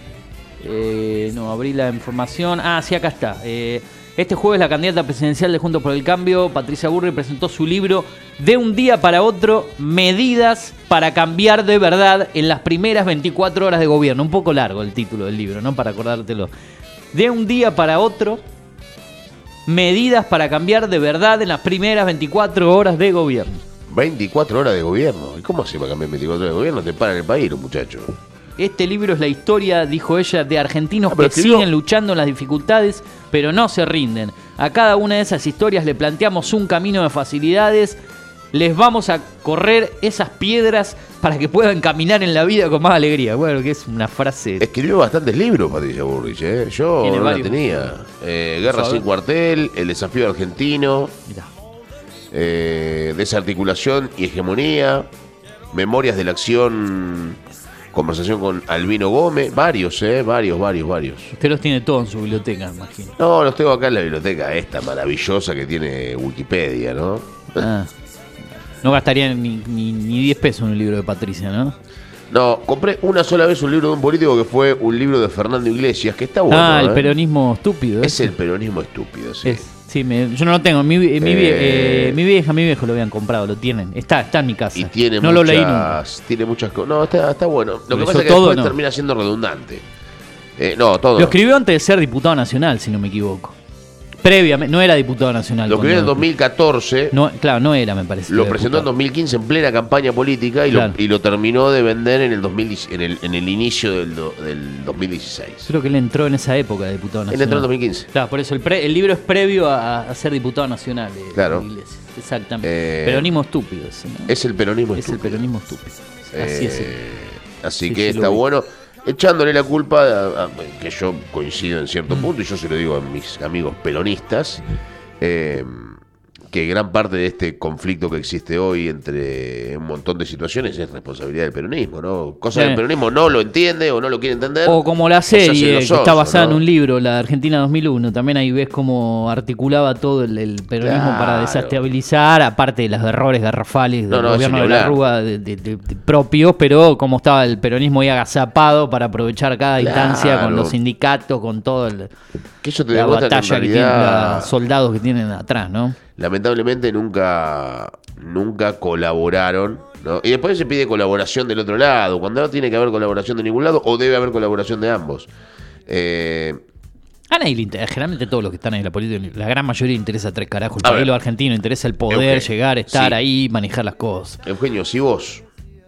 Speaker 1: No, abrí la información. Ah, sí, acá está. Este jueves la candidata presidencial de Juntos por el Cambio, Patricia Bullrich, presentó su libro De un día para otro, medidas para cambiar de verdad en las primeras 24 horas de gobierno. Un poco largo el título del libro, ¿no? Para acordártelo. De un día para otro, medidas para cambiar de verdad en las primeras 24 horas de gobierno.
Speaker 2: 24 horas de gobierno. ¿Y cómo hace para cambiar 24 horas de gobierno? Te paran el país, los muchachos.
Speaker 1: Este libro es la historia, dijo ella, de argentinos que
Speaker 2: escribió...
Speaker 1: siguen luchando en las dificultades, pero no se rinden. A cada una de esas historias le planteamos un camino de facilidades. Les vamos a correr esas piedras para que puedan caminar en la vida con más alegría. Bueno, que es una frase...
Speaker 2: Escribió bastantes libros, Patricia Bullrich, ¿eh? Yo no la tenía. Guerra sin cuartel, El desafío argentino, Desarticulación y hegemonía, Memorias de la acción, conversación con Albino Gómez, varios.
Speaker 1: Usted los tiene todos en su biblioteca, imagino.
Speaker 2: No, los tengo acá en la biblioteca esta maravillosa que tiene Wikipedia, ¿no?
Speaker 1: No gastaría ni 10 pesos en un libro de Patricia, ¿no?
Speaker 2: No, compré una sola vez un libro de un político que fue un libro de Fernando Iglesias, que está bueno.
Speaker 1: El peronismo estúpido.
Speaker 2: Es el peronismo estúpido, sí.
Speaker 1: Yo no lo tengo. Mi vieja, mi viejo lo habían comprado, lo tienen. Está en mi casa.
Speaker 2: Y tiene
Speaker 1: no
Speaker 2: muchas,
Speaker 1: lo leí nunca.
Speaker 2: Tiene muchas cosas. No, está bueno. Lo que pasa es que
Speaker 1: todo
Speaker 2: después termina siendo redundante. Todo.
Speaker 1: Lo escribió antes de ser diputado nacional, si no me equivoco. Previamente, no era diputado nacional.
Speaker 2: Lo escribió en 2014.
Speaker 1: No era, me parece.
Speaker 2: Lo presentó en 2015 en plena campaña política y lo terminó de vender en el inicio del 2016.
Speaker 1: Creo que él entró en esa época de diputado nacional.
Speaker 2: Él entró en 2015.
Speaker 1: Claro, por eso el libro es previo a ser diputado nacional.
Speaker 2: Claro.
Speaker 1: Exactamente. Peronismo estúpido. Ese, ¿no?
Speaker 2: Es el peronismo
Speaker 1: estúpido. Es el peronismo estúpido. Así es.
Speaker 2: Así que está bueno. Echándole la culpa, que yo coincido en cierto punto, y yo se lo digo a mis amigos peronistas, que que gran parte de este conflicto que existe hoy entre un montón de situaciones es responsabilidad del peronismo, ¿no? Cosas que el peronismo no lo entiende o no lo quiere entender.
Speaker 1: O como la serie que está basada en un libro, la de Argentina 2001, también ahí ves cómo articulaba todo el peronismo para desestabilizar, aparte de los errores garrafales del gobierno de la Rúa de propios, pero cómo estaba el peronismo ahí agazapado para aprovechar cada instancia con los sindicatos, con todo la batalla que tienen los soldados que tienen atrás, ¿no?
Speaker 2: Lamentablemente nunca colaboraron, ¿no? Y después se pide colaboración del otro lado, cuando no tiene que haber colaboración de ningún lado, o debe haber colaboración de ambos.
Speaker 1: A nadie le interesa, generalmente todos los que están en la política, la gran mayoría le interesa tres carajos. El pueblo argentino interesa el poder, llegar, estar ahí, manejar las cosas.
Speaker 2: Eugenio, si vos,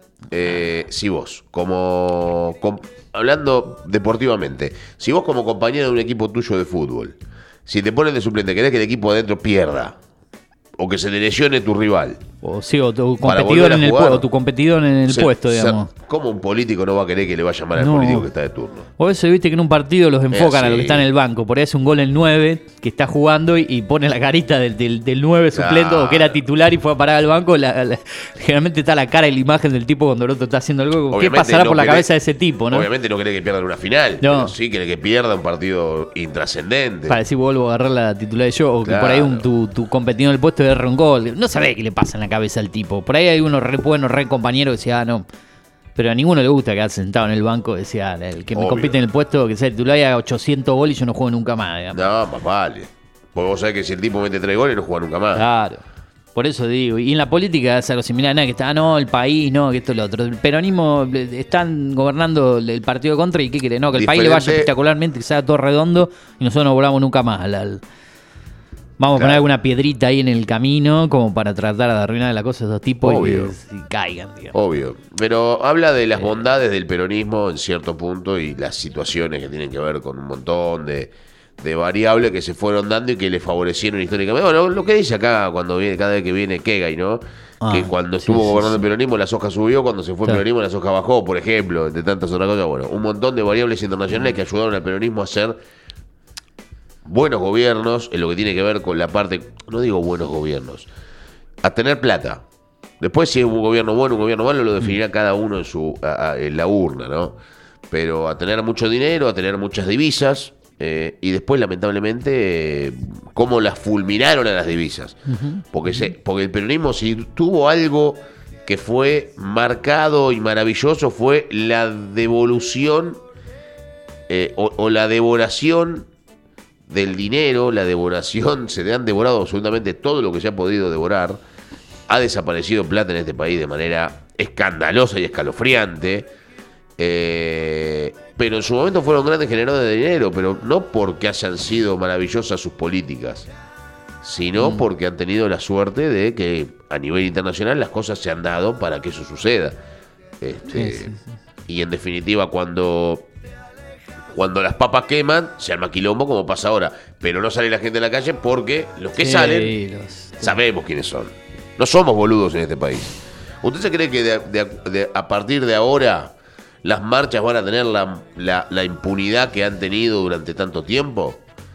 Speaker 2: hablando deportivamente, si vos como compañero de un equipo tuyo de fútbol, si te ponen de suplente, querés que el equipo adentro pierda, o que se le lesione tu rival.
Speaker 1: O tu competidor en el puesto, digamos.
Speaker 2: ¿Cómo un político no va a querer que le vaya mal al político que está de turno?
Speaker 1: O a veces viste que en un partido los enfocan a lo que está en el banco. Por ahí hace un gol el 9 que está jugando y pone la carita del 9 suplente o que era titular y fue a parar al banco. Generalmente está la cara y la imagen del tipo cuando el otro está haciendo algo. ¿Qué pasará por la cabeza de ese tipo, no?
Speaker 2: Obviamente no quiere que pierdan una final, pero sí quiere que pierda un partido intrascendente.
Speaker 1: Para decir, vuelvo a agarrar la titular de yo, o que por ahí tu competidor en el puesto erra un gol. No sabés qué le pasa en la cabeza al tipo. Por ahí hay unos re buenos, re compañeros que decían, no. Pero a ninguno le gusta quedar sentado en el banco. Decía, el que me compite en el puesto, que sea titular y haga 800 goles y yo no juego nunca más. Digamos.
Speaker 2: No, más vale. Porque vos sabés que si el tipo mete 3 goles no juega nunca más.
Speaker 1: Claro. Por eso digo. Y en la política es algo similar. Nada, que está, el país, que esto, lo otro. El peronismo están gobernando el partido de contra y ¿qué quiere? No, que el país le vaya espectacularmente, que sea todo redondo y nosotros no volamos nunca más Vamos a poner alguna piedrita ahí en el camino como para tratar de arruinar la cosa a esos tipos y caigan, digamos.
Speaker 2: Obvio. Pero habla de las bondades del peronismo en cierto punto y las situaciones que tienen que ver con un montón de variables que se fueron dando y que le favorecieron históricamente. Bueno, lo que dice acá cada vez que viene Kegay, ¿no? Que cuando estuvo gobernando el peronismo la soja subió, cuando se fue el peronismo la soja bajó, por ejemplo, entre tantas otras cosas. Bueno, un montón de variables internacionales que ayudaron al peronismo a hacer buenos gobiernos en lo que tiene que ver con la parte, no digo buenos gobiernos, a tener plata. Después si es un gobierno bueno, un gobierno malo, lo definirá cada uno en la urna, ¿no? Pero a tener mucho dinero, a tener muchas divisas, y después lamentablemente cómo las fulminaron a las divisas. Porque el peronismo, si tuvo algo que fue marcado y maravilloso, fue la devolución o la devoración del dinero, la devoración. Se le han devorado absolutamente todo lo que se ha podido devorar. Ha desaparecido plata en este país de manera escandalosa y escalofriante, pero en su momento fueron grandes generadores de dinero, pero no porque hayan sido maravillosas sus políticas, sino porque han tenido la suerte de que a nivel internacional las cosas se han dado para que eso suceda. Y en definitiva, cuando las papas queman, se arma quilombo como pasa ahora. Pero no sale la gente a la calle porque los que salen sabemos quiénes son. No somos boludos en este país. ¿Usted se cree que a partir de ahora las marchas van a tener la impunidad que han tenido durante tanto tiempo?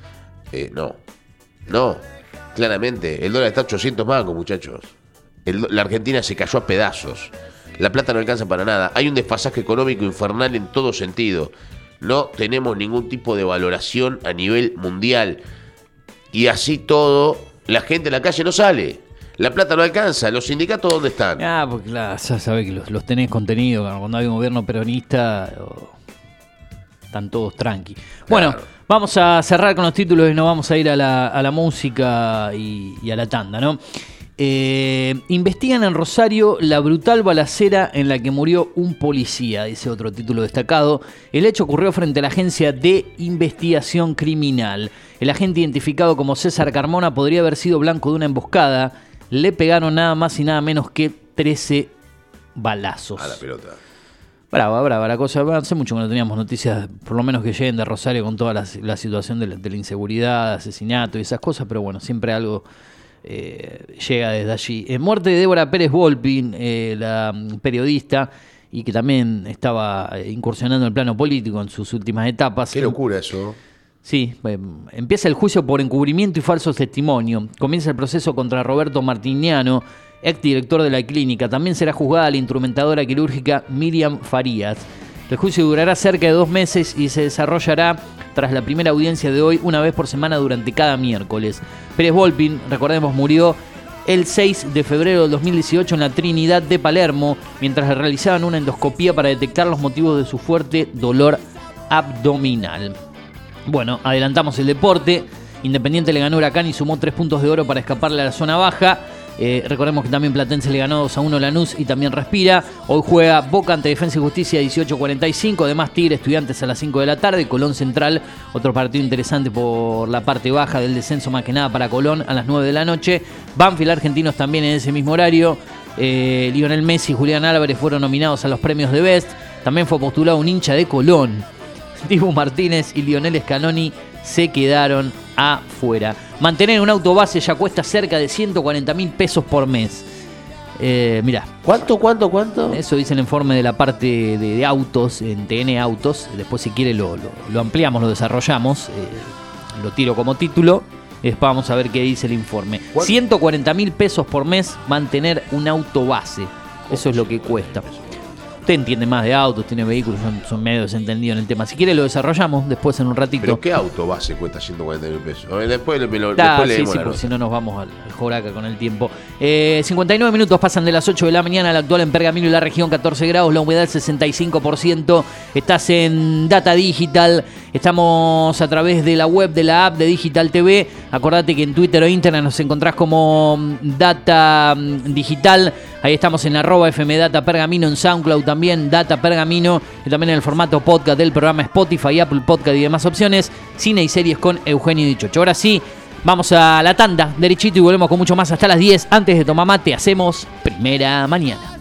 Speaker 2: No. Claramente, el dólar está a 800 mangos, muchachos. La Argentina se cayó a pedazos. La plata no alcanza para nada. Hay un desfasaje económico infernal en todo sentido. No tenemos ningún tipo de valoración a nivel mundial. Y así todo, la gente en la calle no sale. La plata no alcanza. ¿Los sindicatos dónde están?
Speaker 1: Porque claro, ya sabés que los tenés contenidos. Cuando hay un gobierno peronista, están todos tranqui. Claro. Bueno, vamos a cerrar con los títulos y nos vamos a ir a la música y a la tanda, ¿no? Investigan en Rosario la brutal balacera en la que murió un policía, dice otro título destacado. El hecho ocurrió frente a la Agencia de Investigación Criminal. El agente identificado como César Carmona podría haber sido blanco de una emboscada. Le pegaron nada más y nada menos que 13 balazos.
Speaker 2: A la pelota.
Speaker 1: Brava la cosa. Hace mucho que no teníamos noticias, por lo menos que lleguen de Rosario, con toda la situación de la inseguridad, asesinato y esas cosas, pero bueno, siempre algo llega desde allí. Muerte de Débora Pérez Volpin, la periodista, y que también estaba incursionando en el plano político en sus últimas etapas.
Speaker 2: Qué locura eso.
Speaker 1: Sí, empieza el juicio por encubrimiento y falso testimonio. Comienza el proceso contra Roberto Martiniano, exdirector de la clínica. También será juzgada la instrumentadora quirúrgica Miriam Farías. El juicio durará cerca de 2 meses y se desarrollará tras la primera audiencia de hoy, una vez por semana durante cada miércoles. Pérez Volpin, recordemos, murió el 6 de febrero del 2018 en la Trinidad de Palermo, mientras le realizaban una endoscopía para detectar los motivos de su fuerte dolor abdominal. Bueno, adelantamos el deporte. Independiente le ganó a Huracán y sumó 3 puntos de oro para escaparle a la zona baja. Recordemos que también Platense le ganó 2-1 a Lanús y también respira. Hoy juega Boca ante Defensa y Justicia 18:45. Además Tigre Estudiantes a las 5 de la tarde. Colón Central, otro partido interesante por la parte baja del descenso, más que nada para Colón, a las 9 de la noche. Banfield Argentinos también en ese mismo horario. Lionel Messi y Julián Álvarez fueron nominados a los premios de Best. También fue postulado un hincha de Colón. Dibu Martínez y Lionel Scaloni se quedaron afuera. Mantener un auto base ya cuesta cerca de 140.000 pesos por mes. Mirá.
Speaker 2: ¿Cuánto?
Speaker 1: Eso dice el informe de la parte de autos en TN Autos. Después, si quiere, lo ampliamos, lo desarrollamos. Lo tiro como título. Después vamos a ver qué dice el informe. 140.000 pesos por mes mantener un auto base. Eso es lo que cuesta. Usted entiende más de autos, tiene vehículos, son medio desentendidos en el tema. Si quiere lo desarrollamos después en un ratito.
Speaker 2: ¿Pero qué auto base cuesta 140.000 pesos? A ver, después leemos
Speaker 1: sí, porque si no nos vamos al joraca con el tiempo. 59 minutos pasan de las 8 de la mañana. La actual en Pergamino y la región, 14 grados, la humedad 65%. Estás en Data Digital. Estamos a través de la web de la app de Digital TV. Acordate que en Twitter o Instagram nos encontrás como Data Digital. Ahí estamos en @FMData Pergamino, en SoundCloud también, Data Pergamino, y también en el formato podcast del programa Spotify, Apple Podcast y demás opciones. Cine y series con Eugenio Dichocho. Ahora sí, vamos a la tanda derechito y volvemos con mucho más hasta las 10. Antes de tomar mate, hacemos Primera Mañana.